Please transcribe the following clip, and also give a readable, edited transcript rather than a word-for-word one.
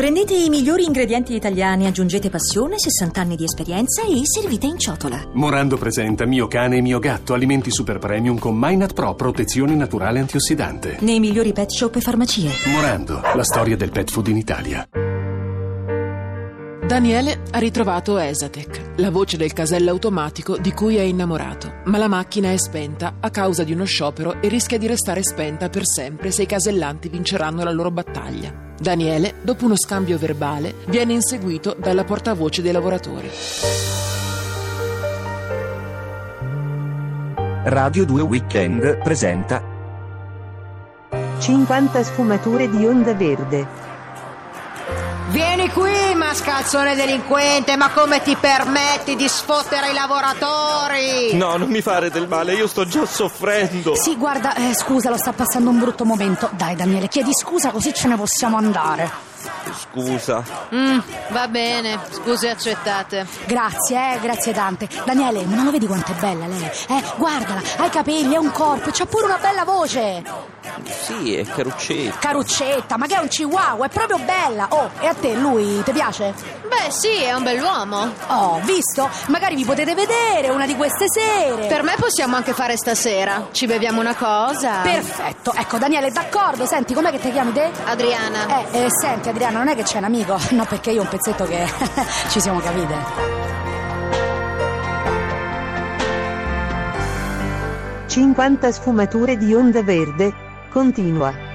Prendete i migliori ingredienti italiani, aggiungete passione, 60 anni di esperienza e servite in ciotola. Morando presenta Mio cane e mio gatto, alimenti super premium con Minat Pro, protezione naturale antiossidante. Nei migliori pet shop e farmacie. Morando, la storia del pet food in Italia. Daniele ha ritrovato Esatec, la voce del casello automatico di cui è innamorato, ma la macchina è spenta a causa di uno sciopero e rischia di restare spenta per sempre se i casellanti vinceranno la loro battaglia. Daniele, dopo uno scambio verbale, viene inseguito dalla portavoce dei lavoratori. Radio 2 Weekend presenta 50 sfumature di Onda Verde. Vieni qui, mascalzone delinquente, ma come ti permetti di sfottere i lavoratori? No, non mi fare del male, io sto già soffrendo. Sì, guarda, scusa, lo sta passando un brutto momento. Dai, Daniele, chiedi scusa così ce ne possiamo andare. Scusa. Va bene, scuse accettate. Grazie tante. Daniele, ma non lo vedi quanto è bella lei? Guardala, ha i capelli, è un corpo, c'ha pure una bella voce. Sì, è Caruccetta. Caruccetta, ma che è un chihuahua, è proprio bella. Oh, e a te, lui, ti piace? Beh, sì, è un bell'uomo. Oh, visto? Magari vi potete vedere una di queste sere. Per me possiamo anche fare stasera. Ci beviamo una cosa. Perfetto, ecco, Daniele, d'accordo. Senti, com'è che ti chiami te? Adriana. Senti, Adriana, non è che c'è un amico? No, perché io un pezzetto che ci siamo capite. 50 sfumature di Onda Verde, continua.